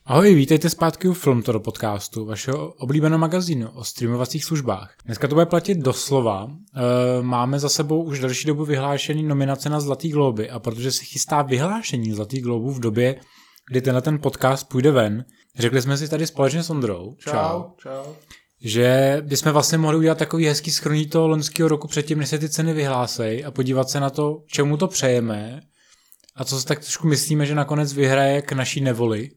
Ahoj, vítejte zpátky u Filmtoro podcastu, vašeho oblíbeného magazínu o streamovacích službách. Dneska to bude platit doslova. Máme za sebou už delší dobu vyhlášený nominace na Zlatý glóby a protože se chystá vyhlášení Zlatých glóbů v době, kdy tenhle podcast půjde ven, řekli jsme si tady společně s Ondrou, Čau. že bychom vlastně mohli udělat takový hezký shrnutí toho loňského roku předtím, než se ty ceny vyhlásej a podívat se na to, čemu to přejeme a co si tak trošku myslíme, že nakonec vyhraje k naší nevoli.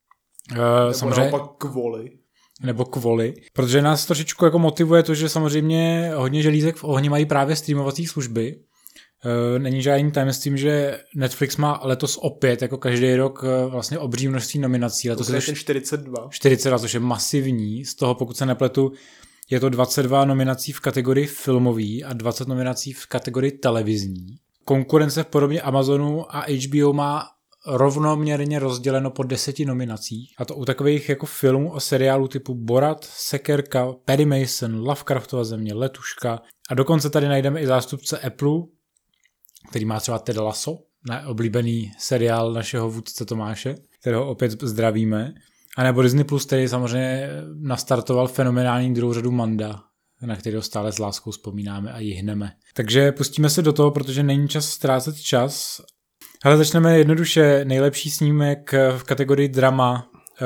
Nebo kvůli, protože nás trošičku jako motivuje to, že samozřejmě hodně želízek v ohni mají právě streamovací služby. Není žádným tajemstvím, že Netflix má letos opět jako každý rok vlastně obří množství nominací. Letos je 42, což je masivní. Z toho, pokud se nepletu, je to 22 nominací v kategorii filmový a 20 nominací v kategorii televizní. Konkurence v podobě Amazonu a HBO má rovnoměrně rozděleno po 10 nominacích. A to u takových jako filmů a seriálů typu Borat, Sekerka, Perry Mason, Lovecraftova země, Letuška. A dokonce tady najdeme i zástupce Apple, který má třeba Ted Lasso, oblíbený seriál našeho vůdce Tomáše, kterého opět zdravíme. A nebo Disney+, který samozřejmě nastartoval fenomenální druhou řadu Manda, na kterého stále s láskou vzpomínáme a jihneme. Takže pustíme se do toho, protože není čas ztrácet čas. Ale začneme jednoduše. Nejlepší snímek v kategorii drama.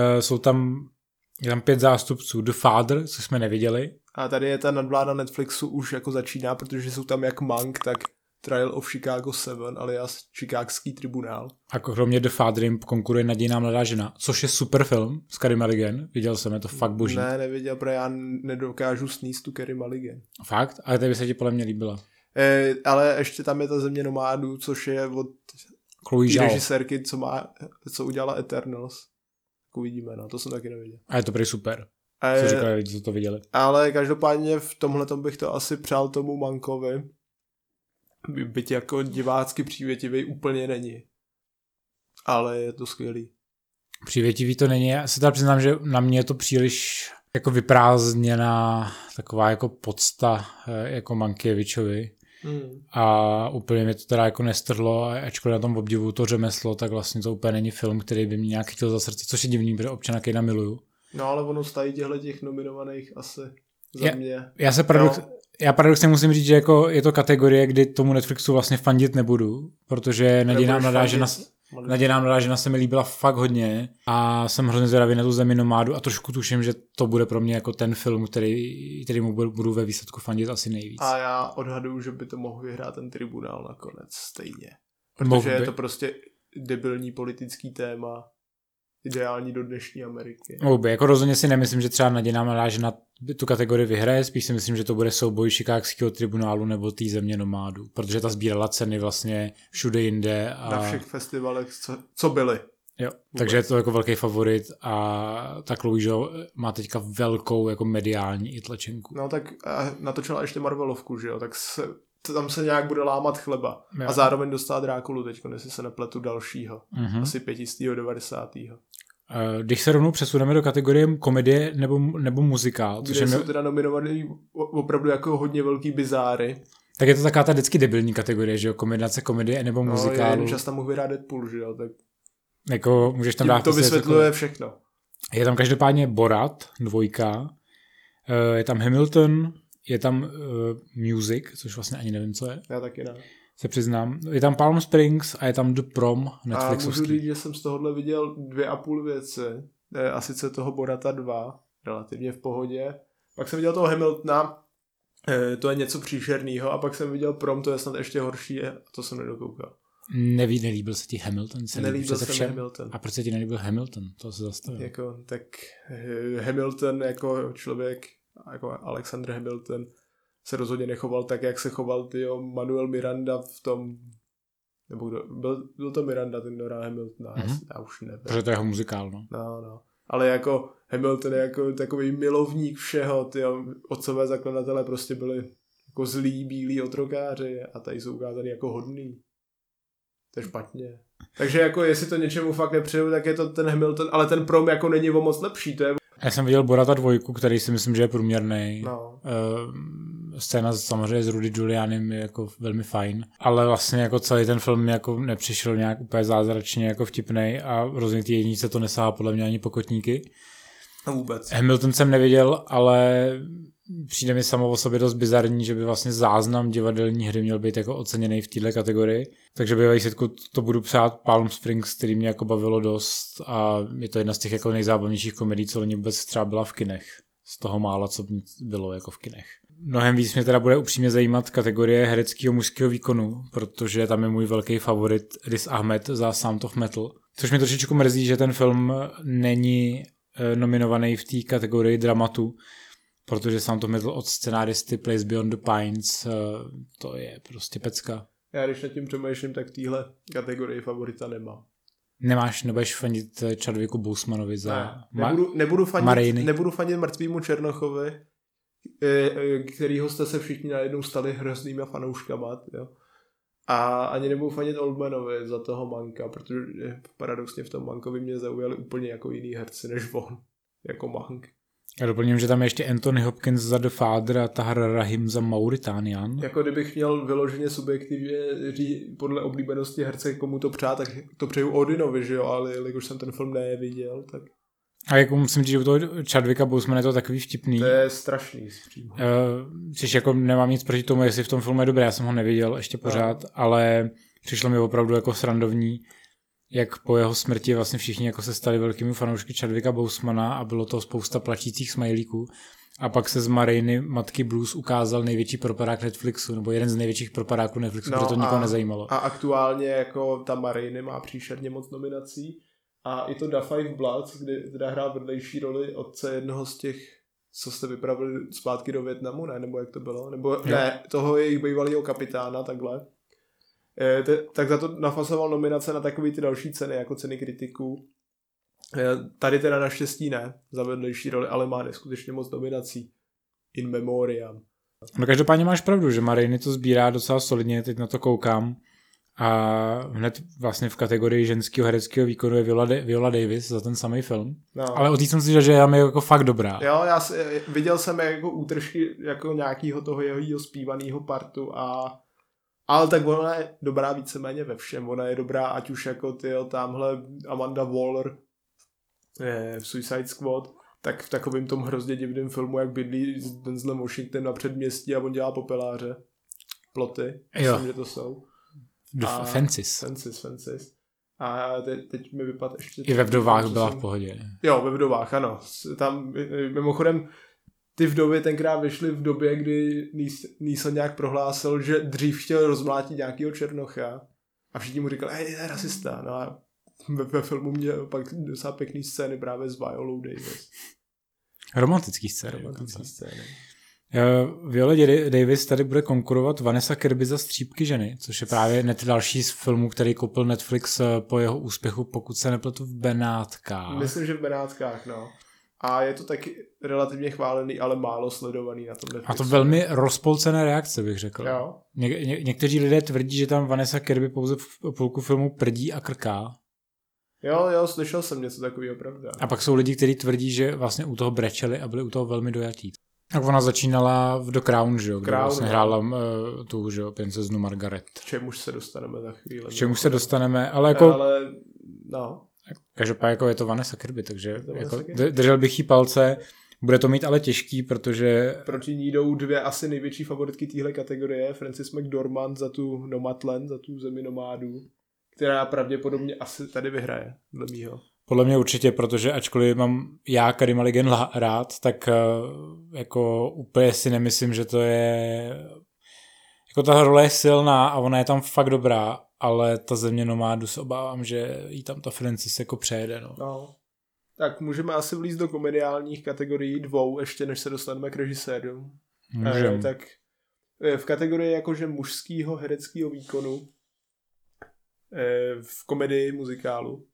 Je tam 5 zástupců. The Father, co jsme neviděli. A tady je ta nadvláda Netflixu už jako začíná, protože jsou tam jak Mank, tak Trial of Chicago 7, alias Chicagský tribunál. A kromě The Father jim konkuruje Nadějná mladá žena, což je super film s Carey Mulligan. Viděl jsem, je to fakt boží. Ne, neviděl, protože já nedokážu sníst tu Carey Mulligan. Fakt? Ale tady by se ti podle mě líbila. Ale ještě tam je ta Země nomádů, což je od režisérky, co udělala Eternals. Tak uvidíme, no, to jsem taky neviděl. A je to prý super. Co říkali lidi, co to viděli. Ale každopádně v tomhletom bych to asi přál tomu Mankovi. Byť jako divácky přívětivý úplně není. Ale je to skvělý. Přívětivý to není. Já se teda přiznám, že na mě je to příliš jako vyprázdněná taková jako podsta jako Mankievičovi. A úplně mě to teda jako nestrhlo a ačkoliv na tom obdivu to řemeslo, tak vlastně to úplně není film, který by mě nějak chytil za srdce, což je divný, protože Občana Kejna miluju. No ale ono stají těch nominovaných asi za mě. Já paradoxně musím říct, že jako je to kategorie, kdy tomu Netflixu vlastně fandit nebudu, protože Nadějná mladá žena se mi líbila fakt hodně a jsem hrozně zvědavý na tu Zemi nomádu a trošku tuším, že to bude pro mě jako ten film, který mu budu ve výsledku fandit asi nejvíc. A já odhaduju, že by to mohl vyhrát ten tribunál nakonec stejně. Protože je to prostě debilní politický téma, ideální do dnešní Ameriky. Jako rozhodně si nemyslím, že třeba Nadějná mladá žena tu kategorii vyhraje, spíš si myslím, že to bude souboj Chicagského tribunálu nebo té Země nomádů, protože ta sbírala ceny vlastně všude jinde. Na všech festivalech, co byly. Jo, takže je to jako velký favorit a ta Chloe má teďka velkou jako mediální i tlačenku. No tak natočila ještě Marvelovku, že jo, tak tam se nějak bude lámat chleba. Jo. A zároveň dostala Drákulu teďko, jestli se nepletu dalšího. Asi 590. Když se rovnou přesuneme do kategorie komedie nebo muzikál. Kde jsou teda nominovaný opravdu jako hodně velký bizáry. Tak je to taková ta vždycky debilní kategorie, že jo, kombinace komedie nebo muzikálu. No, čas tam mohl vyhrát Deadpool, že jo, tak jako můžeš tam dát. To vysvětluje všechno. Je tam každopádně Borat 2, je tam Hamilton, je tam Music, což vlastně ani nevím, co je. Já taky ne. Se přiznám. Je tam Palm Springs a je tam The Prom Netflixovský. A můžu říct, že jsem z tohohle viděl 2,5 věci. A sice toho Borata 2, relativně v pohodě. Pak jsem viděl toho Hamiltona, to je něco příšernýho. A pak jsem viděl Prom, to je snad ještě horší, a to jsem nedokoukal. Nelíbil se ti Hamilton? Nelíbil se mi Hamilton. A proč se ti nelíbil Hamilton? To se zastavil. Tak Hamilton jako člověk, jako Alexander Hamilton, se rozhodně nechoval tak, jak se choval Manuel Miranda v tom, nebo kdo, byl to Miranda, ten Nora Hamiltona, já už nevím. Protože to je jeho muzikál, no. No. Ale jako Hamilton je jako takový milovník všeho, otcové zakladatelé prostě byli jako zlí, bílí otrokáři a tady jsou ukázaný jako hodný. To je špatně. Takže jako jestli to něčemu fakt nepřeju, tak je to ten Hamilton, ale ten Prom jako není o moc lepší, to je. Já jsem viděl Borata 2, který si myslím, že je průměrný. No. scéna samozřejmě s Rudy Giulianim je jako velmi fajn, ale vlastně jako celý ten film jako nepřišel nějak úplně zázračně jako vtipnej a rozhodně ty jednice to nesahá podle mě ani pokotníky. A vůbec. Hamilton jsem neviděl, ale přijde mi samo o sobě dost bizarní, že by vlastně záznam divadelní hry měl být jako oceněný v této kategorii. Takže by výsledku to budu psát Palm Springs, který mě jako bavilo dost a je to jedna z těch jako nejzábavnějších komedií, co loni vůbec třeba byla v kinech. Z toho mála, co bylo jako v kinech. Mnohem víc mě teda bude upřímně zajímat kategorie hereckého mužského výkonu, protože tam je můj velký favorit Riz Ahmed za Sound of Metal. Což mě trošičku mrzí, že ten film není nominovaný v té kategorii dramatu, protože Sound of Metal od scenáristy Place Beyond the Pines, to je prostě pecka. Já když nad tím přemýšlím, tak téhle kategorii favorita nemám. Nebudeš fanit Chadwicku Bosemanovi za nebudu fanit mrtvýmu Černochovi, kterýho jste se všichni najednou stali hroznýma fanouškama, jo. A ani nebudu fanit Oldmanovi za toho Manka, protože paradoxně v tom Mankovi mě zaujali úplně jako jiný herci než on, jako Mank. Já doplním, že tam je ještě Anthony Hopkins za The Father a Tahar Rahim za Mauritanian. Jako kdybych měl vyloženě subjektivně podle oblíbenosti herce komu to přát, tak to přeju Odinovi, že jo, ale jelikož jsem ten film neviděl, tak... A jako musím říct, že u toho Chadwicka Bosemana je to takový vtipný. To je strašný. Což jako nemám nic proti tomu, jestli v tom filmu je dobré, já jsem ho neviděl ještě pořád, ale přišlo mi opravdu jako srandovní, jak po jeho smrti vlastně všichni jako se stali velkými fanoušky Chadwicka Bosemana a bylo to spousta plačících smajlíků. A pak se z Mariny Matky Blues ukázal největší propadák Netflixu, nebo jeden z největších propadáků Netflixu, protože to nikoho nezajímalo. A aktuálně jako ta Mariny má příšerně moc nominací a i to Da Five Bloods, kde teda hrál vedlejší roli otce jednoho z těch, co jste vypravili zpátky do Vietnamu, ne? Nebo jak to bylo? Nebo ne, toho jejich bývalého kapitána, takhle. Tak za to nafasoval nominace na takový ty další ceny, jako ceny kritiků. Tady teda naštěstí ne, za vedlejší roli, ale má neskutečně moc nominací. In memoriam. No každopádně máš pravdu, že Mariny to sbírá docela solidně, teď na to koukám. A hned vlastně v kategorii ženského hereckého výkonu je Viola Davis za ten samý film. No. Ale o té jsem si říkal, že je jako fakt dobrá. Jo, viděl jsem jako útržky jako nějakého toho jeho zpívaného partu ale tak ona je dobrá víceméně ve všem. Ona je dobrá, ať už jako tamhle Amanda Waller v Suicide Squad, tak v takovém tom hrozně divném filmu, jak bydlí s Denzelem Washingtonem na předměstí a on dělá popeláře. Ploty. Myslím, že to jsou. Fences. A teď mi vypadá ještě... I ve Vdovách byla v pohodě. Jo, ve Vdovách, ano. Tam mimochodem ty Vdovy tenkrát vyšly v době, kdy Neeson nějak prohlásil, že dřív chtěl rozmlátit nějakýho Černocha a všichni mu říkali, je rasista. No a ve filmu měl pak docela pěkný scény právě s Violou Davis. Romantický scény. Viola Davis tady bude konkurovat Vanessa Kirby za Střípky ženy, což je právě další z filmů, který koupil Netflix po jeho úspěchu, pokud se nepletu v Benátkách. Myslím, že v Benátkách, no. A je to taky relativně chválený, ale málo sledovaný na tom Netflixu. A to velmi rozpolcené reakce, bych řekl. Jo. Někteří lidé tvrdí, že tam Vanessa Kirby pouze v půlku filmu prdí a krká. Jo, slyšel jsem něco takového, pravda. A pak jsou lidi, kteří tvrdí, že vlastně u toho brečeli a byli u toho velmi dojatí. Tak ona začínala v The Crown, že jo, kde vlastně hrála tu, že jo, princeznu Margaret. K čemuž se dostaneme za chvíli. K čemuž se dostaneme, ale jako... Ale, no. Každopádně jako je to Vanessa Kirby, takže jako držel bych jí palce. Bude to mít ale těžký, protože... Proti ní jdou dvě asi největší favoritky téhle kategorie. Frances McDormand za tu Nomadland, za tu zemi nomádů, která pravděpodobně asi tady vyhraje, dle mýho. Podle mě určitě, protože ačkoliv mám já Carey Mulligan rád, tak jako úplně si nemyslím, že to je... Jako ta role je silná a ona je tam fakt dobrá, ale ta země nomádu se obávám, že jí tam ta Francis jako přejede. No. Tak můžeme asi vlízt do komediálních kategorií dvou, ještě než se dostaneme k režisérům. Tak v kategorii jakože mužskýho hereckého výkonu v komedii muzikálu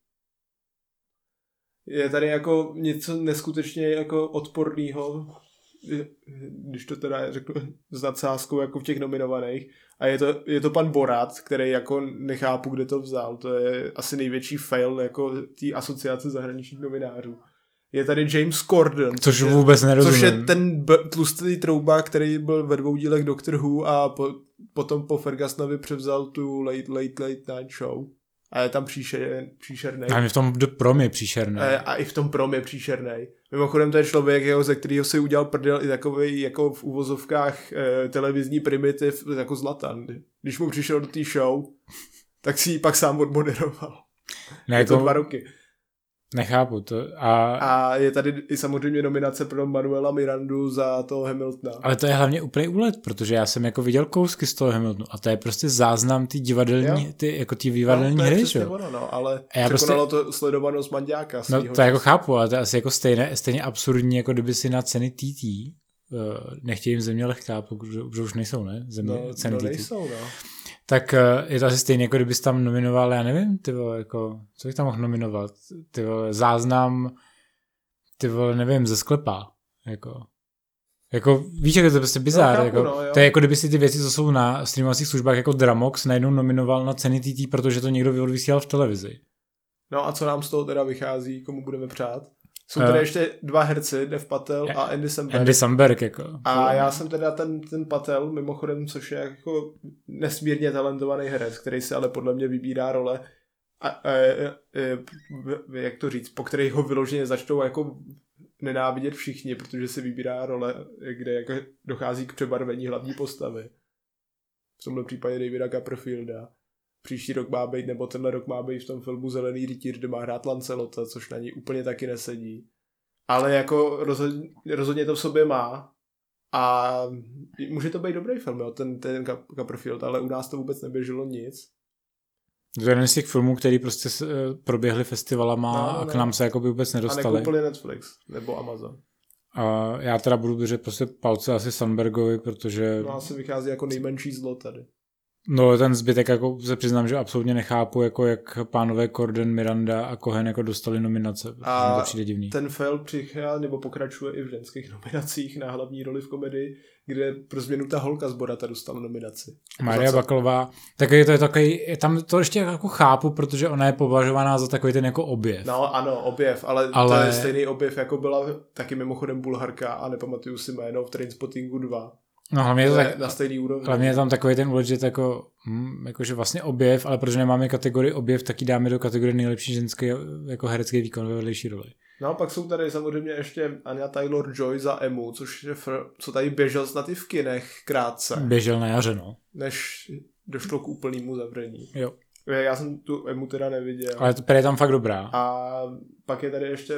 je tady jako něco neskutečně jako odporného, když to teda řeknu s nadsázkou jako v těch nominovaných. A je to pan Borat, který jako nechápu, kde to vzal. To je asi největší fail jako té asociace zahraničních novinářů. je tady James Corden. Což vůbec nerozumím. Což je ten tlustý troubák, který byl ve 2 dílech Doctor Who a potom po Fergusonovi převzal tu Late Night Show. A je tam příšernej. A v tom prom je příšernej. A i v tom prom je příšernej. Mimochodem to je člověk, ze kterého si udělal prdel i takovej jako v uvozovkách televizní primitiv jako Zlatan. Když mu přišel do té show, tak si ji pak sám odmoderoval. Ne, je to 2 roky. Nechápu to. A je tady i samozřejmě nominace pro Manuela Mirandu za toho Hamiltona. Ale to je hlavně úplný úlet, protože já jsem jako viděl kousky z toho Hamiltonu a to je prostě záznam ty divadelní, ty divadelní hry, že? No, ale prostě, překonalo to sledovanost Manďáka. No to jako chápu, ale to je asi jako stejně absurdní, jako kdyby si na ceny TT nechtějí jim země lehká, protože už nejsou, ne? Ceny TT. Nejsou, no. Tak je to asi stejně, jako kdybys tam nominoval, já nevím, ty vole, jako, co bych tam mohl nominovat? Ty vole, záznam, ty vole, nevím, ze sklepa, jako víš, jak je to prostě bizár, no, jako, to je jako kdyby si ty věci, co jsou na streamovacích službách jako Dramox, najednou nominoval na ceny TT, protože to někdo odvysílal v televizi. No a co nám z toho teda vychází, komu budeme přát? Jsou tady ještě 2 herci, Dev Patel a Andy Samberg. Andy Samberg, jako. A já jsem teda ten Patel, mimochodem, což je jako nesmírně talentovaný herec, který si ale podle mě vybírá role, jak to říct, po kterých ho vyloženě začnou jako nenávidět všichni, protože si vybírá role, kde jako dochází k přebarvení hlavní postavy. V tomhle případě Davida Copperfielda. Příští rok má být, nebo tenhle rok má být v tom filmu Zelený rytíř, kde má hrát Lancelota, což na ní úplně taky nesedí. Ale jako rozhodně to v sobě má. A může to být dobrý film, jo, ten Copperfield, ale u nás to vůbec neběželo nic. To je jeden z těch filmů, který prostě proběhly festivalama a k nám se jakoby vůbec nedostali. A nekoupili Netflix nebo Amazon. A já teda budu držet prostě palce asi Sandbergovi, protože... No asi vychází jako nejmenší zlo tady. No ten zbytek jako se přiznám, že absolutně nechápu, jako jak pánové Corden, Miranda a Cohen jako dostali nominace. A to přijde divný. Ten film přichází nebo pokračuje i v ženských nominacích na hlavní roli v komedii, kde pro změnu ta holka z Borata dostala nominaci. Maria Bakalová, taky to je takový, tam to ještě jako chápu, protože ona je považovaná za takový ten jako objev. No ano, objev, ale to je stejný objev, jako byla taky mimochodem Bulharka a nepamatuju si jméno v Trainspottingu 2. No hlavně je to tak, na stejný úrovni. Hlavně je tam takový ten úlet, že to jakože vlastně objev, ale protože nemáme kategorii objev, tak ji dáme do kategorie nejlepší ženský jako herecký výkon ve vedlejší roli. No a pak jsou tady samozřejmě ještě Anya Taylor-Joy za Emu, což je co tady běžel snad i v kinech krátce. Běžel na jaře, no. Než došlo k úplnému zavření. Jo. Já jsem tu Emu teda neviděl. Ale to je tam fakt dobrá. A pak je tady ještě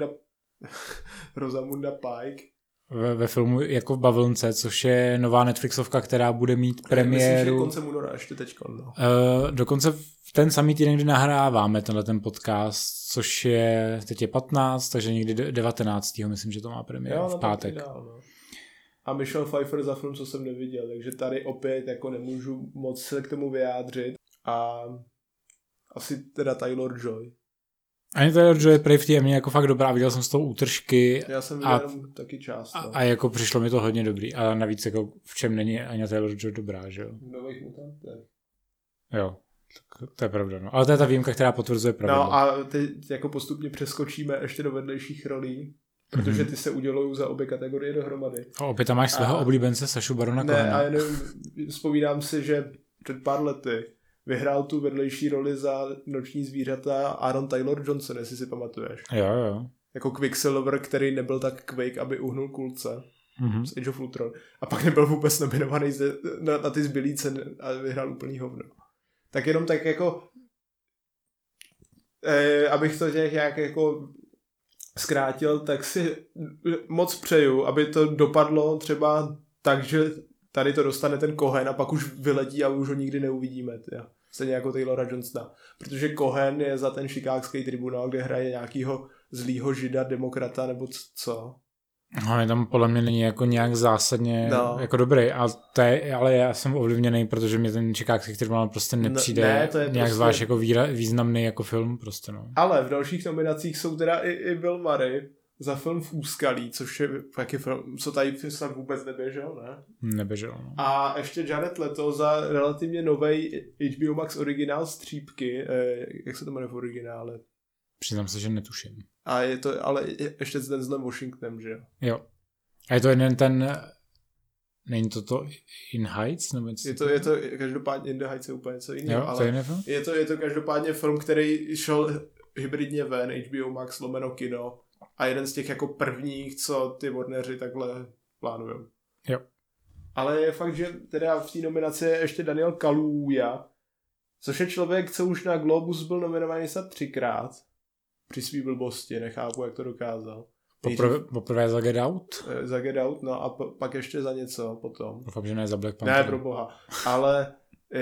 Rosamunda Pike. Ve filmu jako v bavlnce, což je nová Netflixovka, která bude mít premiéru... Myslím, že koncem února ještě teďko, no. Dokonce v ten samý týden, kdy nahráváme ten podcast, což je, teď je 15, takže někdy 19. myslím, že to má premiéru v pátek. Dál, no. A Michelle Pfeiffer za film, co jsem neviděl, takže tady opět jako nemůžu moc se k tomu vyjádřit a asi teda Taylor-Joy. Ani Taylor-Joy je prej v té mě jako fakt dobrá, viděl jsem z toho útržky. Já jsem viděl taky část. No. A jako přišlo mi to hodně dobrý. A navíc jako v čem není Anya Taylor-Joy dobrá, že jo? V Nových mutantech. Jo, to je pravda. No. Ale to je ta výjimka, která potvrzuje pravdu. No a teď jako postupně přeskočíme ještě do vedlejších rolí, protože ty se udělují za obě kategorie dohromady. A opět tam máš svého oblíbence Sašu Barona Cohena. Ne, a jenom vzpomínám si, že před pár lety vyhrál tu vedlejší roli za Noční zvířata Aaron Taylor-Johnson, jestli si pamatuješ. Jo. Jako Quicksilver, který nebyl tak kvejk, aby uhnul kulce z Age of Ultron. A pak nebyl vůbec nominovaný na ty zbylý ceny a vyhrál úplný hovno. Tak jenom tak jako abych to nějak jako zkrátil, tak si moc přeju, aby to dopadlo třeba tak, že tady to dostane ten Cohen a pak už vyletí a už ho nikdy neuvidíme. Tja. Stejně jako Taylora Johnsona. Protože Cohen je za ten chicagský tribunál, kde hraje nějakýho zlýho žida, demokrata nebo co. No, tam podle mě není jako nějak zásadně jako dobrý, ale já jsem ovlivněný, protože mě ten chicagský tribunál prostě nepřijde nějak prostě zvlášť jako významný jako film prostě, no. Ale v dalších nominacích jsou teda i Bill Murray za film V úskalí, což je taky film, co tady snad vůbec neběžel, ne? Neběžel, no. A ještě Jared Leto za relativně novej HBO Max originál Střípky, jak se to jmenuje v originále? Přiznám se, že netuším. A je to, ale ještě s Denzelem Washingtonem, že jo? Jo. A je to jeden ten, není to In Heights? Nebo je to každopádně In the Heights je úplně něco jiného, ale je to každopádně film, který šel hybridně ven, HBO Max / kino a jeden z těch jako prvních, co ty Warneri takhle plánujou. Jo. Ale je fakt, že teda v té nominaci je ještě Daniel Kaluuya, což je člověk, co už na Globus byl nominovaný snad 3krát. Při svý blbosti, nechápu, jak to dokázal. Poprvé za Get Out? Za Get Out, no a pak ještě za něco potom. Doufám, že ne za Black Panther. Ne, pro boha. Ale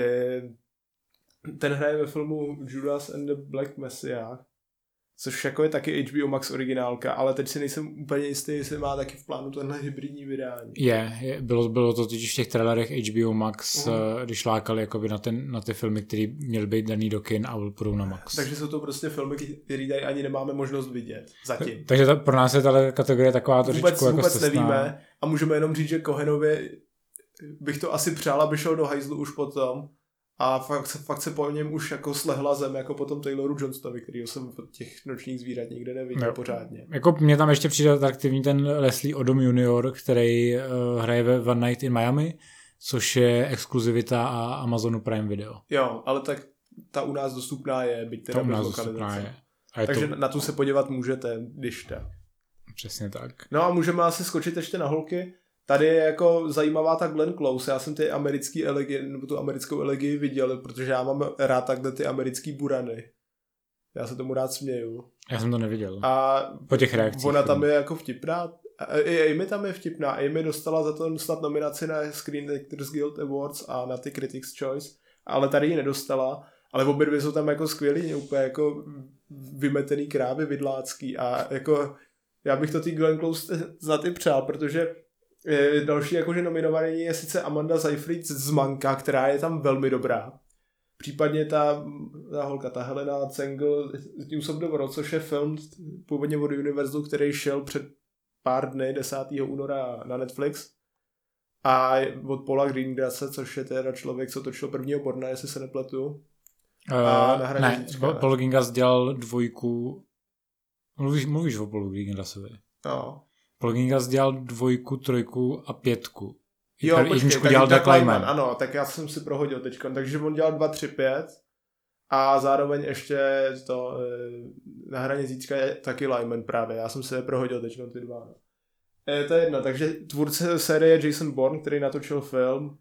ten hraje ve filmu Judas and the Black Messiah, což jako je taky HBO Max originálka, ale teď si nejsem úplně jistý, jestli má taky v plánu tenhle hybridní vydání. Bylo to totiž v těch trailerech HBO Max, když lákali jakoby na ty filmy, které měly být daný do kin a půjdou na Max. Takže jsou to prostě filmy, které tady ani nemáme možnost vidět. Zatím. Takže pro nás je ta kategorie taková trošičku jako vůbec nevíme a můžeme jenom říct, že Cohenovi bych to asi přál, aby šel do hajzlu už potom. A fakt se po něm už jako slehla zem, jako po tom Tayloru Johnstonovi, kterýho jsem v těch Nočních zvířat nikde neviděl pořádně. Jako mě tam ještě přijde atraktivní ten Leslie Odom junior, který hraje ve One Night in Miami, což je exkluzivita a Amazonu Prime Video. Jo, ale tak ta u nás dostupná je, byť teda bez lokalizace. Takže na tu se podívat můžete, když tak. Přesně tak. No a můžeme asi skočit ještě na holky. Tady je jako zajímavá ta Glenn Close. Já jsem ty americký elegie, nebo tu americkou elegii viděl, protože já mám rád takhle ty americký burany. Já se tomu rád směju. Já jsem to neviděl. A po těch reakcích. Ona tam je jako vtipná. I Amy tam je vtipná. Amy dostala za to snad nominaci na Screen Actors Guild Awards a na ty Critics' Choice, ale tady ji nedostala. Ale obě dvě jsou tam jako skvělý, úplně jako vymetený krávy vidlácký a jako já bych to tý Glenn Close za ty přál, protože další jakože nominovaný je sice Amanda Seyfried z Manka, která je tam velmi dobrá. Případně ta holka, ta Helena Zengel News of the World, což je film původně od Universalu, který šel před pár dny, 10. února na Netflix. A od Paula Greengrassa, což je teda člověk, co točil prvního Borna, jestli se nepletu. Ne, Paul Greengrass dělal 2. Mluvíš o Paulu Greengrassovi? No. Paul Greengrass dělal 2, 3 a 5. Jo, počkej, dělal Doug Liman. Ano, tak já jsem si prohodil teďko. Takže on dělal 2, 3, 5 a zároveň ještě to Na hraně zítřka je taky Liman právě. Já jsem si je prohodil teďko ty dva. To je jedno, takže tvůrce série je Jason Bourne, který natočil film,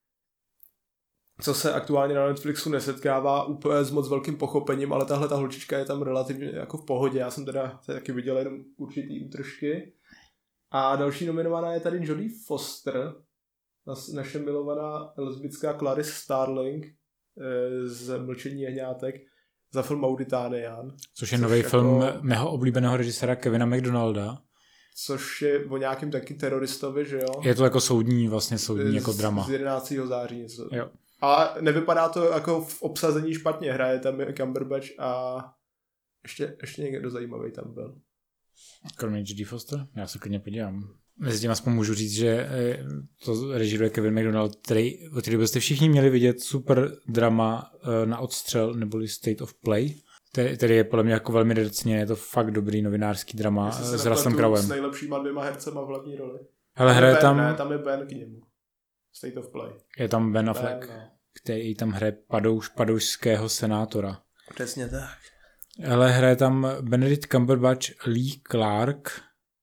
co se aktuálně na Netflixu nesetkává úplně s moc velkým pochopením, ale tahle ta holčička je tam relativně jako v pohodě. Já jsem teda taky viděl jenom určitý útržky. A další nominovaná je tady Jodie Foster, naše milovaná lesbická Clarice Starling z Mlčení jehňátek za film Mauritánian. Což je nový film mého oblíbeného režiséra Kevina McDonalda. Což je o nějakým taky teroristovi, že jo? Je to jako soudní jako drama. Z 11. září něco. Jo. A nevypadá to jako v obsazení špatně. Hraje tam Cumberbatch a ještě někdo zajímavý tam byl. Kromě Jodie Foster? Já se klidně podívám. Mezi tím aspoň můžu říct, že to režíruje Kevin McDonald, který byste všichni měli vidět, super drama na odstřel, neboli State of Play. Který je podle mě jako velmi decně, je to fakt dobrý novinářský drama s Russellem Crowem. S nejlepšíma 2 hercema v hlavní roli. Ale hraje tam... Ne, tam je Ben k němu. State of Play. Je tam Ben Affleck, který tam hraje padoušského senátora. Přesně tak. Ale hraje tam Benedict Cumberbatch, Lee Clark,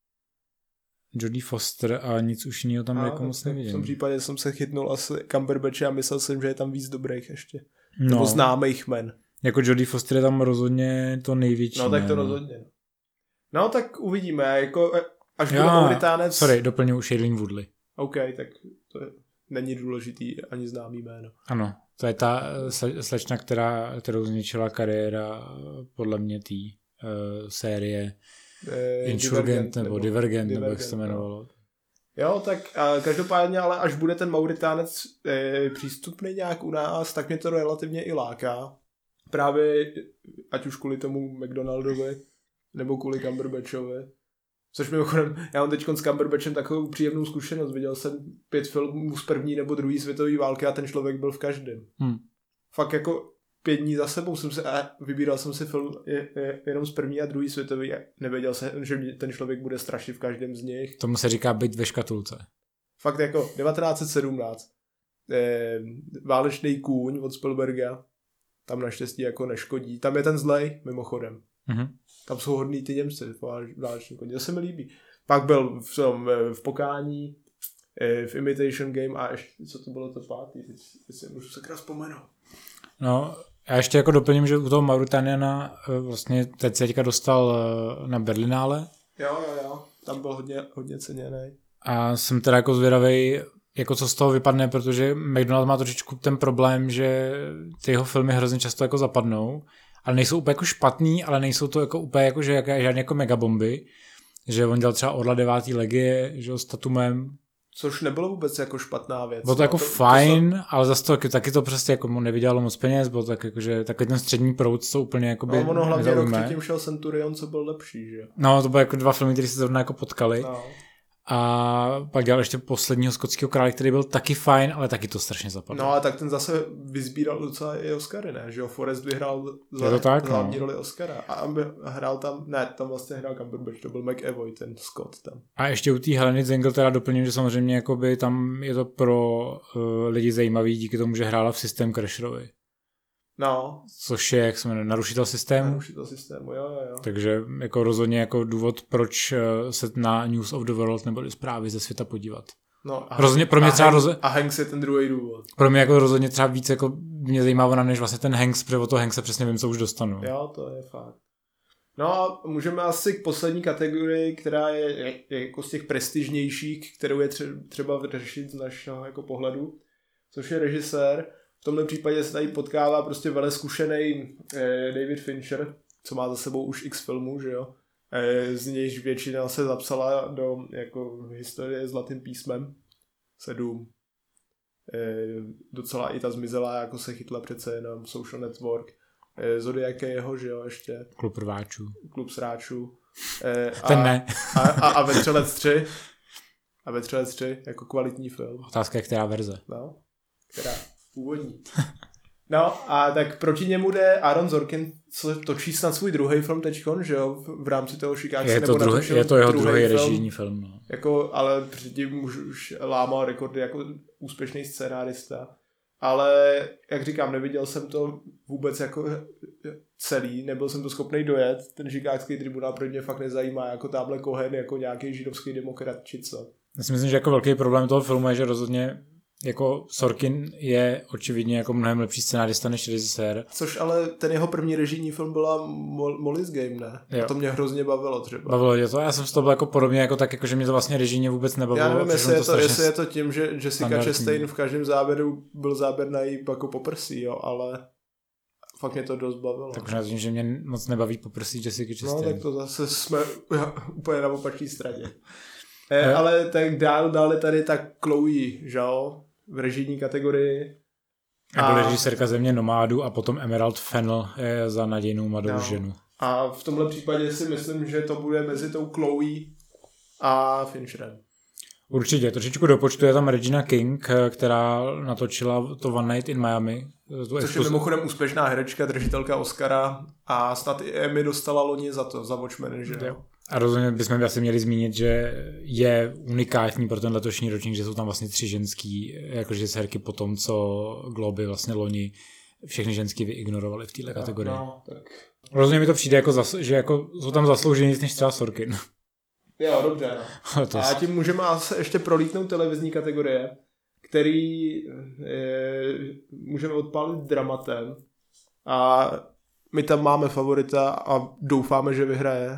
Jodie Foster a nic už jiného tam jako moc nevidím. V tom případě jsem se chytnul asi Cumberbatch a myslel jsem, že je tam víc dobrých ještě. Nebo známých men. Jako Jodie Foster je tam rozhodně to největší. No tak to rozhodně. No tak uvidíme, jako až bude Mauritánec... Sorry, doplňuji Shailene Woodley. OK, tak to není důležitý ani známý jméno. Ano, to je ta slečna, kterou zničila kariéra podle mě té série Insurgent nebo Divergent, nebo jak se to jmenovalo. Jo, tak každopádně, ale až bude ten Mauritánec přístupný nějak u nás, tak mě to relativně i láká. Právě ať už kvůli tomu McDonaldovi, nebo kvůli Cumberbatchovi. Což mimochodem, já mám teď s Cumberbatchem takovou příjemnou zkušenost. Viděl jsem 5 filmů z 1. nebo 2. světové války a ten člověk byl v každém. Fakt jako 5 dní za sebou vybíral jsem si film jenom z první a druhý světový. Nevěděl jsem, že ten člověk bude strašit v každém z nich. Tomu se říká být ve škatulce. Fakt jako 1917. Válečný kůň od Spielberga. Tam naštěstí jako neškodí. Tam je ten zlej, mimochodem. Mm-hmm. Tam jsou hodný ty Němci, váleční koně. To se mi líbí. Pak byl v Pokání, v Imitation Game a ještě, co to bylo to pátý, teď si můžu se krát vzpomenout. No, já ještě jako doplním, že u toho Mauritaniana vlastně teď se teďka dostal na Berlinále. Jo, tam byl hodně ceněný. A jsem teda jako zvědavej, jako co z toho vypadne, protože McDonald má trošičku ten problém, že ty jeho filmy hrozně často jako zapadnou, ale nejsou úplně jako špatný, ale nejsou to jako úplně jako, že žádné jako megabomby, že on dělal třeba Orla 9. legie, že s Tatumem. Což nebylo vůbec jako špatná věc. Bylo to jako fajn, ale zase to taky to prostě jako mu nevydělalo moc peněz, bylo tak jako, že takový ten střední proud, co úplně jako by ono hlavně rok předtím šel Centurion, co byl lepší, že? No, to byly jako 2 filmy, které se zrovna jako potkali. No. A pak dělal ještě posledního Skotského krále, který byl taky fajn, ale taky to strašně zapadlo. No a tak ten zase vyzbíral docela i Oscary, ne? Že jo, Forrest vyhrál za hlavní roli Oscara. A hrál tam, tam vlastně hrál Cumberbatch, to byl McAvoy, ten Scott tam. A ještě u té Heleny Zengel teda doplním, že samozřejmě jakoby tam je to pro lidi zajímavý díky tomu, že hrála v System Crasherovi. No. Což je, jak se jmenuje, narušitel systému. Narušitel systému, jo. Takže jako rozhodně jako důvod, proč se na News of the World nebo zprávy ze světa podívat. No, rozhodně pro mě třeba a Hanks je ten druhý důvod. Pro mě jako rozhodně třeba víc jako mě zajímá ona, než vlastně ten Hanks, protože o toho Hankse přesně vím, co už dostanu. Jo, to je fakt. No a můžeme asi k poslední kategorii, která je jako z těch prestižnějších, kterou je třeba řešit z našeho jako pohledu, což je režisér. V tomhle případě se tady potkává prostě veleskušený David Fincher, co má za sebou už x filmů, že jo. Z nějž většina se zapsala do jako historie zlatým písmem. 7. Docela i ta zmizelá jako se chytla přece jenom Social Network. Zodiac je jeho, že jo, ještě. Klub rváčů. Klub sráčů. Ten ne. A Vetřelec 3. A Vetřelec 3 jako kvalitní film. Otázka je, která verze. No, která původní. No a tak proti němu jde Aaron Sorkin, co točí snad svůj druhý film teďkon, že jo, v rámci toho Chicago. Je to jeho druhý režijní film. No. Jako, ale předtím už lámal rekordy jako úspěšný scénárista. Ale, jak říkám, neviděl jsem to vůbec jako celý, nebyl jsem to schopný dojet. Ten Chicagský tribunál pro mě fakt nezajímá, jako támhle Cohen, jako nějaký židovský demokrat, či co. Já si myslím, že jako velký problém toho filmu je, že rozhodně jako Sorkin je očividně jako mnohem lepší scenárista než režisér. Což ale ten jeho první režijní film byla Molly's Game, ne? Jo. A to mě hrozně bavilo třeba. Bavilo tě to? Já jsem z toho byl jako podobně, jako tak, jako že mě to vlastně režijně vůbec nebavilo. Já nevím, jestli je to tím, že Jessica Chastain v každém záběru byl záběr na jí jako poprsí, jo, ale fakt mě to dost bavilo. Tak možná tím, že mě moc nebaví poprsí Jessica Chastain. No tak to zase jsme úplně na opačné straně. Ale tak dál je tady ta Chloe, že jo? V režijní kategorii. A byl režisérka Země nomádu a potom Emerald Fennell za nadějnou mladou ženu. A v tomhle případě si myslím, že to bude mezi tou Chloe a Fincherem. Určitě, trošičku do počtu je tam Regina King, která natočila to One Night in Miami. Což je mimochodem úspěšná herečka, držitelka Oscara a snad i Emmy dostala loni za to, za Watchmen, že jo. A rozhodně bychom asi měli zmínit, že je unikátní pro ten letošní ročník, že jsou tam vlastně 3 ženský jakože herky po tom, co Globy vlastně loni všechny ženský vyignorovali v této kategorii. No, tak. Rozhodně mi to přijde, jako že jako jsou tam zasloužený než třeba Sorkin. Jo, dobře. No. A tím můžeme asi ještě prolítnout televizní kategorie, který můžeme odpálit dramatem. A my tam máme favorita a doufáme, že vyhraje.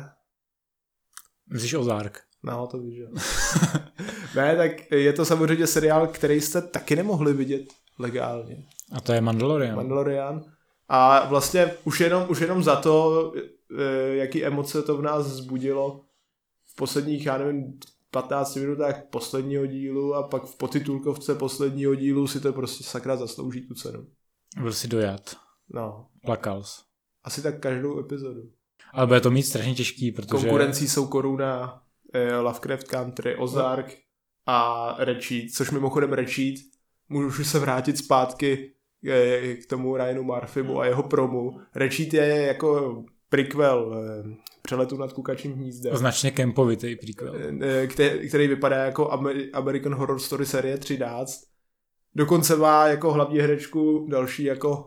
Myslíš Ozark? No, to víš, jo. Ne, tak je to samozřejmě seriál, který jste taky nemohli vidět legálně. A to je Mandalorian. A vlastně už jenom za to, jaký emoce to v nás vzbudilo v posledních, já nevím, 15 minutách posledního dílu a pak v podtitulkovce posledního dílu si to prostě sakra zaslouží tu cenu. Byl si dojat. No. Plakal jsi. Asi tak každou epizodu. Ale bude to mít strašně těžký, protože... Konkurencí jsou Koruna, Lovecraft Country, Ozark a Red Sheet, což mimochodem Red Sheet můžu se vrátit zpátky k tomu Ryanu Murphymu a jeho promu. Retreat je jako prequel Přeletu nad kukačím hnízdem. Značně kempovitý prequel. Který vypadá jako American Horror Story série 13. Dokonce má jako hlavní herečku další jako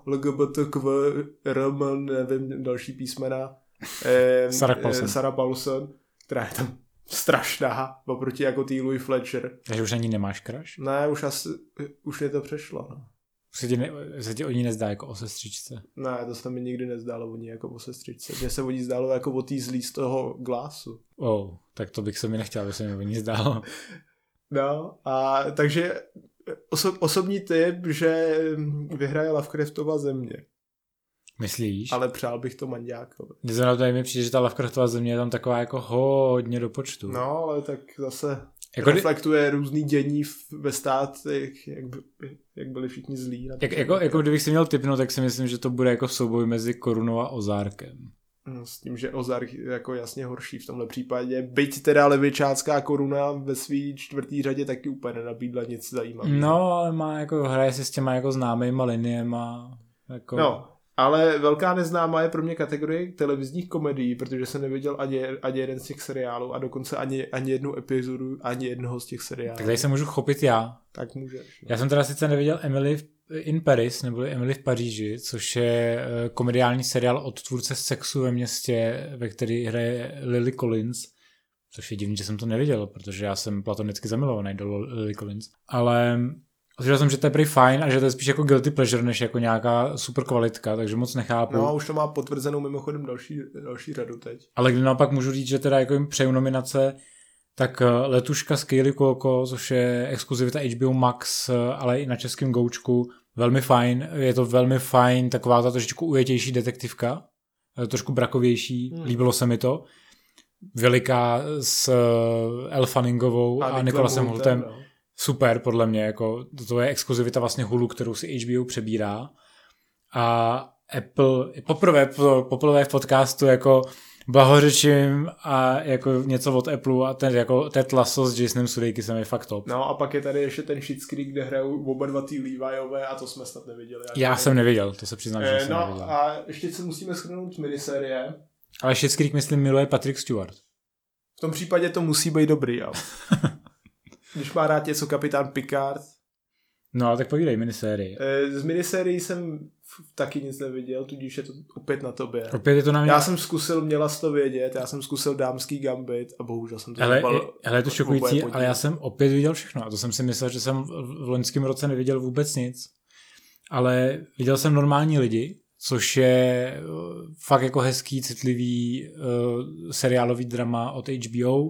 LGBTQ, nevím, další písmena. Sarah Paulson, která je tam strašná, oproti jako tý Louis Fletcher. Takže už ani nemáš crush? Ne, už je to přešlo. No. Se ti o ní nezdá jako o sestřičce? Ne, to se mi nikdy nezdálo o ní jako o sestřičce. Mně se o ní zdálo jako o tý zlý z toho Glassu. Tak to bych se mi nechtěl, aby se mi o ní zdálo. No, a takže osobní typ, že vyhraje Lovecraftova země. Myslíš? Ale přál bych to Manďákovi. Tady mi přijde, že ta Lovecraftova země je tam taková jako hodně do počtu. No, ale tak zase jako reflektuje různý dění ve státech, jak byli všichni zlí. Jako kdybych si měl tipnout, tak si myslím, že to bude jako souboj mezi Korunou a Ozárkem. S tím, že Ozark je jako jasně horší v tomhle případě. Byť teda levičácká Koruna ve svý 4. řadě taky úplně nenabídla nic zajímavého. No, ale hraje si s těma jako známejma liniema. Jako... No, ale velká neznámá je pro mě kategorie televizních komedií, protože jsem neviděl ani jeden z těch seriálů a dokonce ani jednu epizodu, ani jednoho z těch seriálů. Tak tady se můžu chopit já. Tak můžeš. Já jsem teda sice neviděl Emily in Paris, nebo Emily v Paříži, což je komediální seriál od tvůrce Sexu ve městě, ve který hraje Lily Collins, což je divný, že jsem to neviděl, protože já jsem platonicky zamilovaný do Lily Collins. Ale slyšel jsem, že to je prý fajn a že to je spíš jako guilty pleasure, než jako nějaká super kvalitka, takže moc nechápu. No a už to má potvrzenou mimochodem další řadu teď. Ale když naopak můžu říct, že teda jako jim přeju nominace, tak Letuška s Kaylee Cuoco, což je exkluzivita HBO Max, ale i na českém goučku, velmi fajn. Je to velmi fajn, taková ta trošičku ujetější detektivka, trošku brakovější, líbilo se mi to. Veliká s Elle Fanningovou a Nicholasem Holtem. No. Super, podle mě, jako to je exkluzivita vlastně Hulu, kterou si HBO přebírá. A Apple poprvé v podcastu jako blahořečím a jako něco od Apple a ten jako Ted Lasso s Jasonem Sudeikisem je fakt top. No a pak je tady ještě ten Schitt's Creek, kde hrajou oba dva ty Leviové a to jsme snad neviděli. Já jsem neviděl, to se přiznám, že jsem neviděl. No a ještě se musíme shrnout minisérie. Ale Schitt's Creek, myslím, miluje Patrick Stewart. V tom případě to musí být dobrý, jo. Když má rád něco kapitán Picard. No, tak povídej minisérii. Z minisérií jsem taky nic neviděl, tudíž je to opět na tobě. Opět je to na mě. Já jsem zkusil, měla jsi to vědět, já jsem zkusil Dámský gambit a bohužel jsem to hele, je to šokující, ale já jsem opět viděl všechno a to jsem si myslel, že jsem v loňském roce neviděl vůbec nic. Ale viděl jsem Normální lidi, což je fakt jako hezký, citlivý seriálový drama od HBO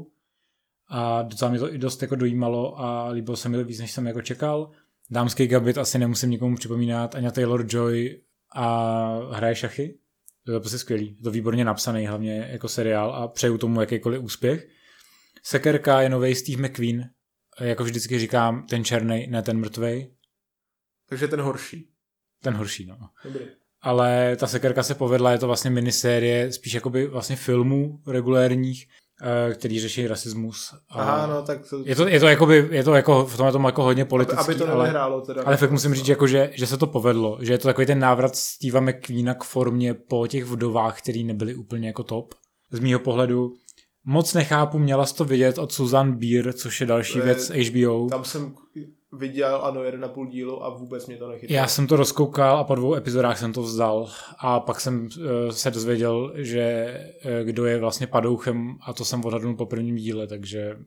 a docela mě to i dost jako dojímalo a líbilo se mi to víc, než jsem jako čekal. Dámský gambit asi nemusím nikomu připomínat, Anya Taylor-Joy a hraje šachy. To je prostě skvělý, je to výborně napsaný hlavně jako seriál a přeju tomu jakýkoliv úspěch. Sekerka je novej Steve McQueen, jako vždycky říkám, ten černej, ne ten mrtvej. Takže ten horší. Ten horší, no. Dobrý. Ale ta Sekerka se povedla, je to vlastně minisérie, spíš jakoby vlastně filmů regulérních, který řeší rasismus. Aha, no tak to... Je to jako v tom jako hodně politický, aby to nevyhrálo teda. Ale fakt musím říct, jako, že se to povedlo, že je to takový ten návrat Steva McQueena k formě po těch vdovách, který nebyly úplně jako top. Z mýho pohledu moc nechápu, měla jsi to vidět od Susan Beer, což je další věc HBO. Tam jsem viděl, ano, 1,5 dílu a vůbec mě to nechytlo. Já jsem to rozkoukal a po 2 epizodách jsem to vzdal a pak jsem se dozvěděl, že kdo je vlastně padouchem a to jsem odhadnul po prvním díle, takže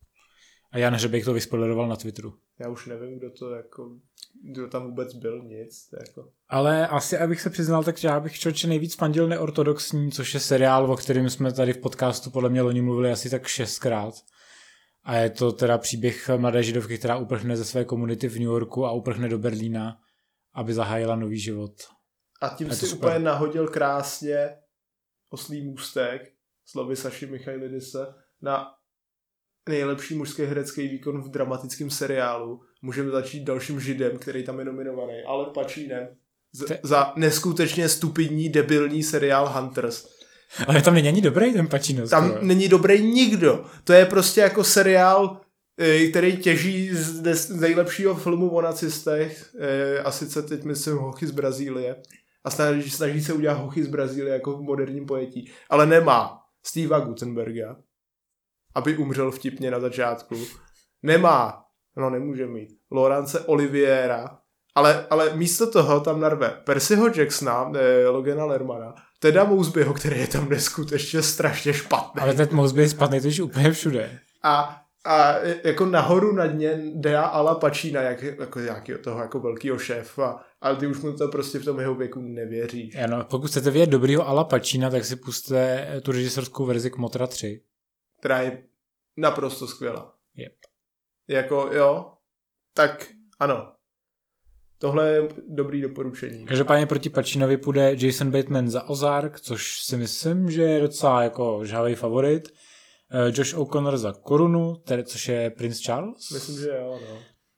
a Jan Hřebejk to vyspoileroval na Twitteru. Já už nevím, kdo tam vůbec byl, nic. Jako. Ale asi, abych se přiznal, tak já bych člověče nejvíc fandil Neortodoxní, což je seriál, o kterém jsme tady v podcastu podle mě loni mluvili asi tak 6krát. A je to teda příběh mladé židovky, která uprchne ze své komunity v New Yorku a uprchne do Berlína, aby zahájila nový život. A tím si úplně nahodil krásně oslý můstek, slovy Saši Michailidise, na nejlepší mužský herecký výkon v dramatickém seriálu. Můžeme začít dalším židem, který tam je nominovaný, ale Pacinem za neskutečně stupidní, debilní seriál Hunters. Ale tam není ani dobrý ten Pacino. Tam není dobrý nikdo. To je prostě jako seriál který těží z nejlepšího filmu o nacistech, a sice teď myslím Hochy z Brazílie, a snaží se udělat Hochy z Brazílie jako v moderním pojetí, ale nemá Steva Guttenberga, aby umřel vtipně na začátku, nemůže mít Laurence Oliviera, ale místo toho tam narve Percyho Jacksona, Logana Lermana, Teda Mosbyho, který je tam neskutečně strašně špatný. Ale ten Mosby je špatný, to je úplně všude. A jako nahoru nad ně Dea Alla Pacina, jako nějakého toho jako velkýho šéfa, ale ty už mu to prostě v tom jeho věku nevěříš. Ano, pokud chcete vidět dobrýho Alla Pacina, tak si puste tu režisérskou verzi Kmotra 3. Která je naprosto skvělá. Yep. Jako jo, tak ano. Tohle je dobrý doporučení. Každopádně proti Pacinovi půjde Jason Bateman za Ozark, což si myslím, že je docela jako žhavý favorit. Josh O'Connor za Korunu, což je Prince Charles. Myslím, že jo, no.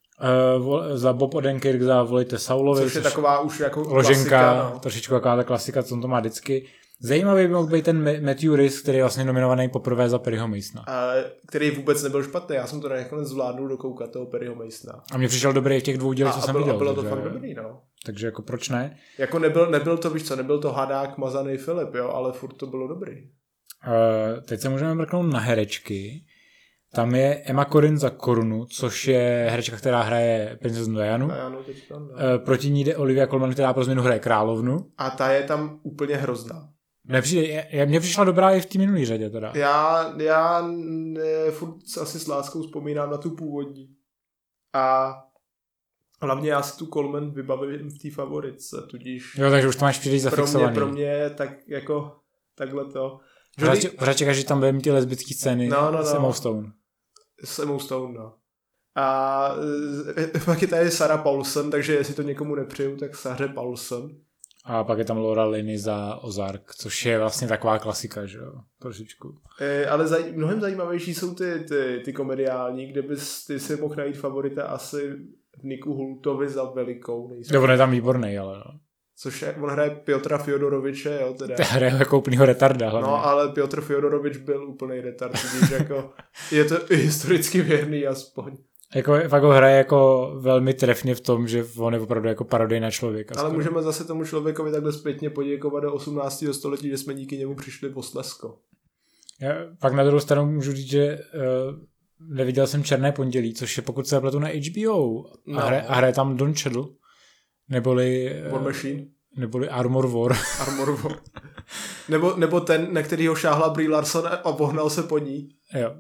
Za Bob Odenkirk za Volejte Saulovi. Což je taková už jako loženka, klasika, no. Trošičku taková ta klasika, co on to má vždycky. Zajímavý by mohl být ten Matthew Rhys, který je vlastně nominovaný poprvé za Perryho Masona. Který vůbec nebyl špatný, já jsem to nakonec zvládnul dokoukat toho Perryho Masona. A mně přišel dobrý v těch 2 dílech, co jsem viděl. A bylo to fakt dobrý, no. Takže jako proč ne? Jako nebyl to, víš co, nebyl to hadák mazaný Filip, jo, ale furt to bylo dobrý. Teď se můžeme mrknout na herečky. Tam je Emma Corrin za Korunu, což je herečka, která hraje princeznu Dianu. Proti ní jde Olivia Colman, která pro změnu hraje královnu. A ta je tam úplně hrozná. Mně přišla dobrá i v té minulý řadě teda. Já furt asi s láskou vzpomínám na tu původní. A hlavně já si tu Colman vybavím v té favoritce, tudíž... Jo, takže už to máš příliš zafixovaný. Pro mě tak jako takhle to... Pořád čekáš, že tam budeme ty lesbické scény s Emma Stone. S Emma Stone, no. A pak je tady Sarah Paulson, takže jestli to někomu nepřeju, tak Sarah Paulson. A pak je tam Laura Linney za Ozark, což je vlastně taková klasika, že jo, trošičku. Ale mnohem zajímavější jsou ty komediální, kde bys ty si mohl najít favorita asi v Niku Hultovi za Velikou. On je tam výborný, ale no. Což je, on hraje Piotra Fyodoroviče, jo, teda. Hraje jako úplnýho retarda. Hlavně. No, ale Piotr Fyodorovič byl úplný retard, když jako je to historicky věrný aspoň. Jako fakt ho hraje jako velmi trefně v tom, že on je opravdu jako parodej na člověka. Ale můžeme zase tomu člověkovi takhle zpětně poděkovat do 18. století, že jsme díky němu přišli o Slezsko. Já pak na druhou stranu můžu říct, že neviděl jsem Černé pondělí, což je pokud se pletu na HBO a hraje tam Don Cheadle, neboli War Machine. Neboli Armor War. Armor War. nebo ten, na kterýho šáhla Brie Larson a pohnal se po ní. Jo.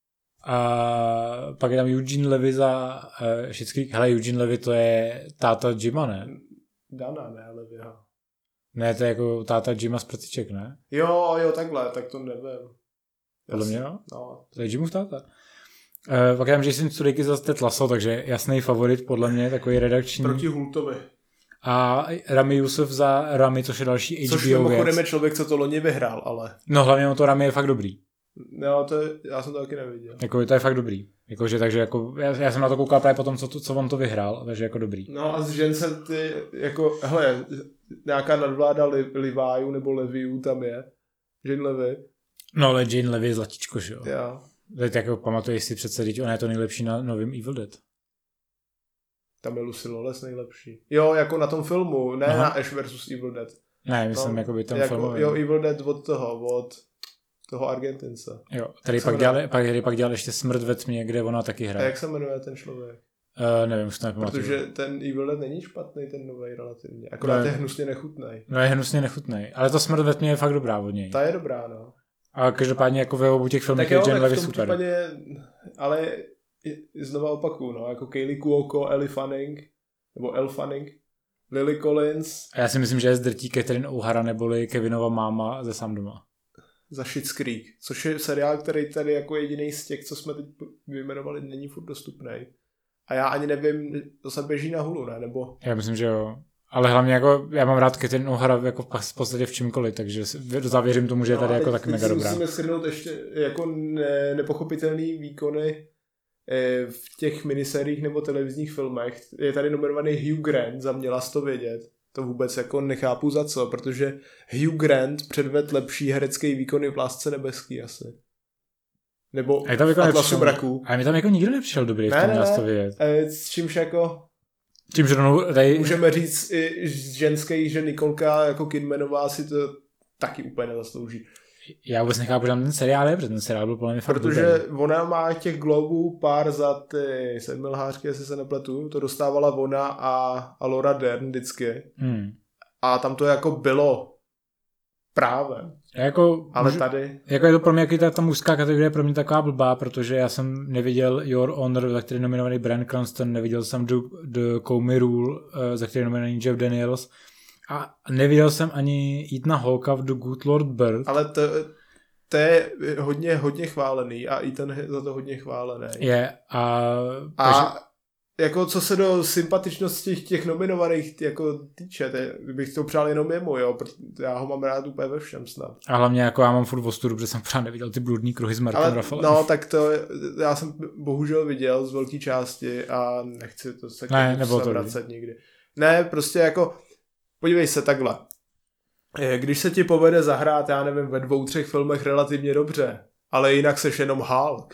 A pak je tam Eugene Levy za Schitt's Hele, Eugene Levy to je táta Jima, ne? Dana, ne, Levyho. Ne, to je jako táta Jima z Prciček, ne? Jo, takhle, tak to nevím. Podle mě, jo? No. To je Jimův táta. Pak je tam Jason Sudeikis za Ted Lasso, takže jasný favorit, podle mě, takový redakční. Proti Hultovi. A Rami Youssef za Rami, což je další HBO což mimochodem je člověk, co to loni vyhrál, ale... No hlavně to Rami je fakt dobrý. No, já jsem to taky neviděl. Jako, to je fakt dobrý. Jakože, takže jako, já jsem na to koukal právě potom, co on to vyhrál, takže jako dobrý. No a z žen se ty, jako, hele, nějaká nadvláda Leviu nebo Leviu tam je. Jane Levy. No ale Jane Levy je zlatičko, že jo? Jo. Teď jako pamatuješ si přece, že ona je to nejlepší na novém Evil Dead. Tam je Lucy Lawless nejlepší. Jo, jako na tom filmu, ne na Ash vs. Evil Dead. Ne, myslím, jako by tam jako, filmový. Jo, Evil Dead od toho Argentince. Jo, tady pak dělal ještě Smrt ve tmě, kde ona taky hraje. A jak se jmenuje ten člověk? Nevím, už to nepamatuju. Protože ten Evil Dead není špatný, ten novej relativně. Akorát je hnusně nechutnej. No je hnusně nechutnej, ale to Smrt ve tmě je fakt dobrá od něj. Ta je dobrá, no. A každopádně jako ve obou těch filmech je Jane Levy super. Případě, ale znova opakuju, no, jako Kaylee Cuoco, Elle Fanning, Lily Collins. A já si myslím, že je zdrtí Catherine O'Hara neboli Kevinova máma ze Sám doma. Za Schitt's Creek, což je seriál, který tady jako jediný z těch, co jsme teď vyjmenovali, není furt dostupný. A já ani nevím, to se běží na Hulu, ne? Nebo... Já myslím, že jo. Ale hlavně jako, já mám rád Catherine O'Hara jako v podstatě v čemkoliv, takže zavěřím tomu, že je tady jako taky mega dobrá. Musíme shrnout ještě jako nepochopitelný výkony v těch minisériích nebo televizních filmech. Je tady nominovaný Hugh Grant, za Měla jsi to vědět. To vůbec jako nechápu za co, protože Hugh Grant předvedl lepší herecký výkony v Lásce nebeský asi. Nebo A tam jako Atlasu mraků. A mi tam jako nikdo nepřišel dobrý v tom Lastově. S čímž jako... Čímž rovnou tady... Můžeme říct i ženský, že Nikolka jako Kidmanová si to taky úplně nezaslouží. Já vůbec nechápu, že tam ten seriál je, protože ten seriál byl podle mě fakt protože dobrý. Ona má těch globů pár za ty sedmilhářky, jestli se nepletu, to dostávala ona a Laura Dern vždycky. A tam to jako bylo právem. Ale tady... Jako je to pro mě, jaký ta mužská kategorie je pro mě taková blbá, protože já jsem neviděl Your Honor, za který je nominovaný Bryan Cranston, neviděl jsem The Comey Rule, za který je nominovaný Jeff Daniels a neviděl jsem ani Ethana Hawka v The Good Lord Bird. Ale to je hodně chválený a Ethan je za to hodně chválený. Je a jako co se do sympatičnosti těch nominovaných jako týče, bych to přál jenom jemu, jo, protože já ho mám rád úplně ve všem snad. A hlavně jako já mám furt ostudu, protože jsem pořád neviděl ty Bludný kruhy s Markem Ruffalem. No, tak to já jsem bohužel viděl z velké části a nechci to se vracet nikdy. Ne, prostě jako podívej se takhle. Když se ti povede zahrát, já nevím, ve 2-3 filmech relativně dobře, ale jinak seš jenom Hulk.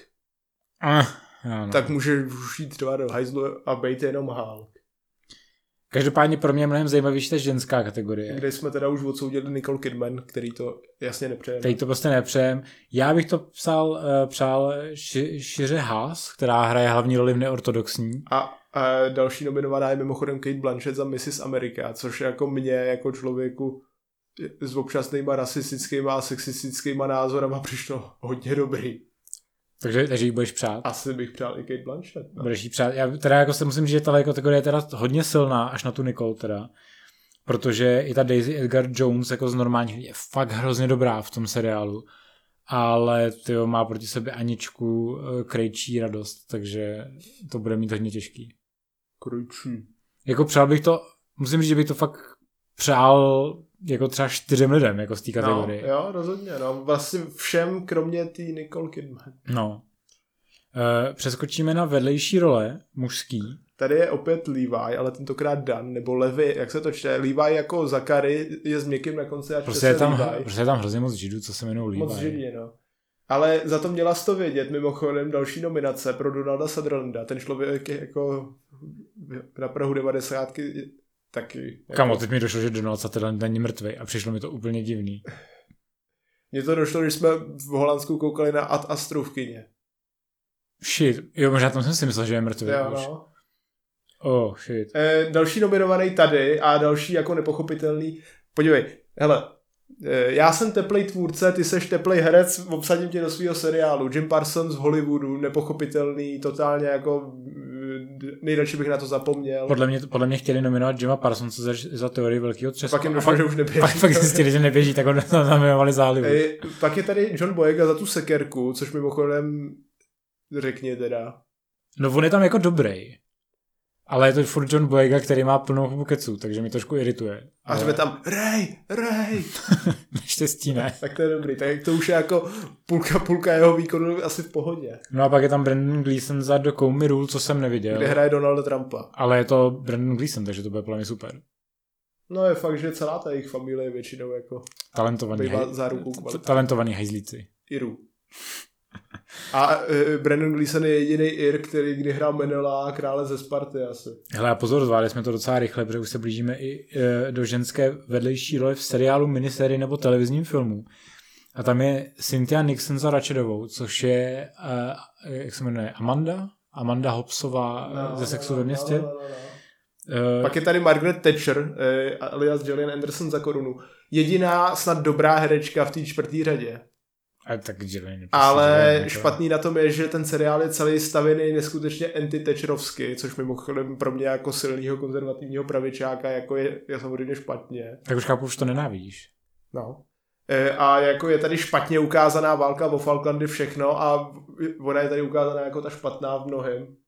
No. Tak můžeš jít třeba do hajzlu a být jenom Hulk. Každopádně pro mě je mnohem zajímavější ta ženská kategorie. Kde jsme teda už odsoudili Nicole Kidman, který to jasně nepřejeme. Který to prostě nepřejem. Já bych to přál Shiře Haas, která hraje hlavní roli v Neortodoxní. A další nominovaná je mimochodem Cate Blanchett za Mrs. America, což jako mě, jako člověku s občasnýma rasistickýma a sexistickýma názorama přišlo hodně dobrý. Takže jí budeš přát? Asi bych přál i Cate Blanchett. No. Budeš jí přát. Já teda jako se musím říct, že tahle kategorie je teda hodně silná, až na tu Nicole teda. Protože i ta Daisy Edgar Jones jako z normálních je fakt hrozně dobrá v tom seriálu. Ale tyjo, má proti sobě Aničku Krejčí radost, takže to bude mít hodně těžký. Krejčí. Jako přál bych to, musím říct, že bych to fakt přál jako třeba 4 lidem, jako z té kategorie. No, jo, rozhodně, no. Vlastně všem, kromě té Nicole Kidman. No. Přeskočíme na vedlejší role, mužský. Tady je opět Levi, ale tentokrát Dan, nebo Levi, jak se to čte? Levi jako Zachary je s měkkým na konci a čte se Levi. Prostě je tam hrozně moc židů, co se jmenují Levi. Moc židí, no. Ale za to měla jsi to vědět, mimochodem další nominace pro Donalda Sutherlanda. Ten člověk je jako na prahu 90 taky. Kamo, teď mi došlo, že Donald Sutherland není mrtvej a přišlo mi to úplně divný. Mně to došlo, když jsme v Holandsku koukali na Ad Astra v kině. Shit, jo, možná tam jsem si myslel, že je mrtvý. Jo, už. no. Oh, shit. Další nominovaný tady a další jako nepochopitelný. Podívej, hele, já jsem teplej tvůrce, ty seš teplej herec, obsadím tě do svého seriálu. Jim Parsons z Hollywoodu, nepochopitelný, totálně jako nejradši bych na to zapomněl. Podle mě chtěli nominovat Jima Parsonse za teorii velkého třesku. Pak jim došlo, že už neběží. Pak zjistili, že neběží, tak ho nominovali za Hollywood. Pak je tady John Boyega za tu sekerku, což mimochodem řekni teda. No on je tam jako dobrý. Ale je to furt John Boyega, který má plnou hubu keců, takže mi trošku irituje. A jsme tam Ray! Naštěstí ne. Tak to je dobrý, tak to už je jako půlka jeho výkonu asi v pohodě. No a pak je tam Brendan Gleeson za The Comey Rule, co jsem neviděl. Kde hraje Donalda Trumpa. Ale je to Brendan Gleeson, takže to bude podle mě super. No je fakt, že celá ta jejich familie je většinou jako talentovaný hajzlíci. Irů. A Brendan Gleeson je jediný Ir, který kdy hrál Menela, krále ze Sparty asi. Hele, a pozor, zvládli jsme to docela rychle, protože už se blížíme i do ženské vedlejší role v seriálu, minisérii nebo televizním filmu. A tam je Cynthia Nixon za Ratchedovou, což je, jak se jmenuje, Amanda Hobbsová ze Sexu ve městě. No. Pak je tady Margaret Thatcher, alias Gillian Anderson za Korunu. Jediná snad dobrá herečka v té 4. řadě. Ale špatný na tom je, že ten seriál je celý stavěný neskutečně anti-Thatcherovsky, což mimochodem pro mě jako silného konzervativního pravičáka jako je samozřejmě špatně. Tak už chápu, už to nenávidíš. No. A jako je tady špatně ukázaná válka o Falklandy všechno a ona je tady ukázaná jako ta špatná v mnohem.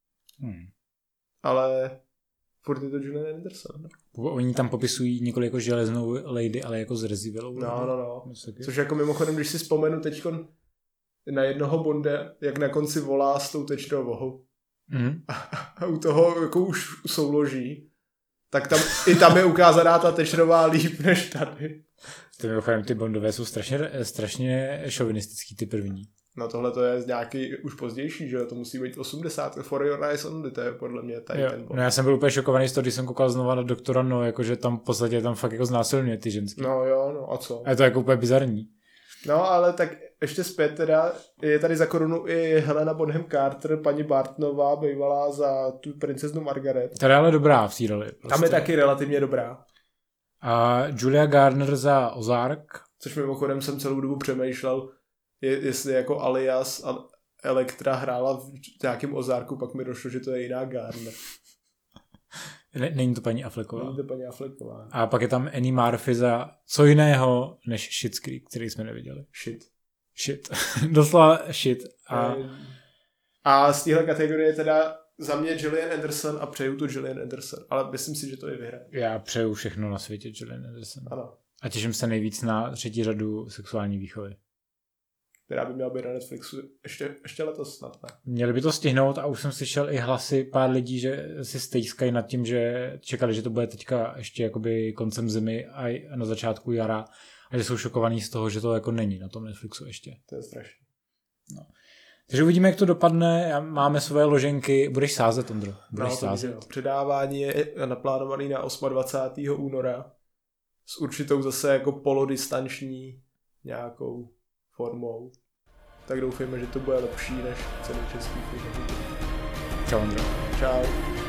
Ale furt je to Gillian Anderson. No. Oni tam popisují několik jako železnou lady, ale jako s rezivilou. No. Což jako mimochodem, když si vzpomenu teďkon na jednoho Bonde, jak na konci volá s tou Thatcherovou. A u toho jako už souloží, tak tam je ukázaná ta Thatcherová líp než tady. Ty Bondové jsou strašně šovinistický ty první. No tohle to je nějaký už pozdější, že jo, to musí být 80. For Your Eyes Only, to je podle mě tady ten bod. No já jsem byl úplně šokovaný z toho, když jsem koukal znova na Doktora No, jakože tam v podstatě tam fakt jako znásilňuje ty ženský. No jo, no a co? A je to jako úplně bizarní. No ale tak ještě zpět teda, je tady za korunu i Helena Bonham Carter, paní Bartonová, bývalá za tu princeznu Margaret. Ta je ale dobrá v té roli. Prostě. Tam je taky relativně dobrá. A Julia Garner za Ozark. Což mimochodem jsem celou dobu přemýšlel, jestli jako alias Elektra hrála v nějakém Ozarku, pak mi došlo, že to je jiná Garner. Není to paní Afflecková. Není to paní Afflecková. A pak je tam Annie Murphy za co jiného než Schitt's Creek, který jsme neviděli. Shit. Doslova shit. A z téhle kategorie teda za mě Gillian Anderson a přeju tu Gillian Anderson. Ale myslím si, že to je vyhraje. Já přeju všechno na světě Gillian Anderson. Ano. A těším se nejvíc na 3. řadu sexuální výchovy. Která by měla být na Netflixu ještě letos snad, ne? Měli by to stihnout a už jsem slyšel i hlasy pár lidí, že si stejskají nad tím, že čekali, že to bude teďka ještě jakoby koncem zimy a na začátku jara a že jsou šokovaní z toho, že to jako není na tom Netflixu ještě. To je strašné. No. Takže uvidíme, jak to dopadne. Máme svoje loženky. Budeš sázet, Ondro? Budeš sázet? Předávání je naplánovaný na 28. února s určitou zase jako polodistanční nějakou formou. Tak doufujeme, že to bude lepší než celý český film. Čau, Ondro. Čau.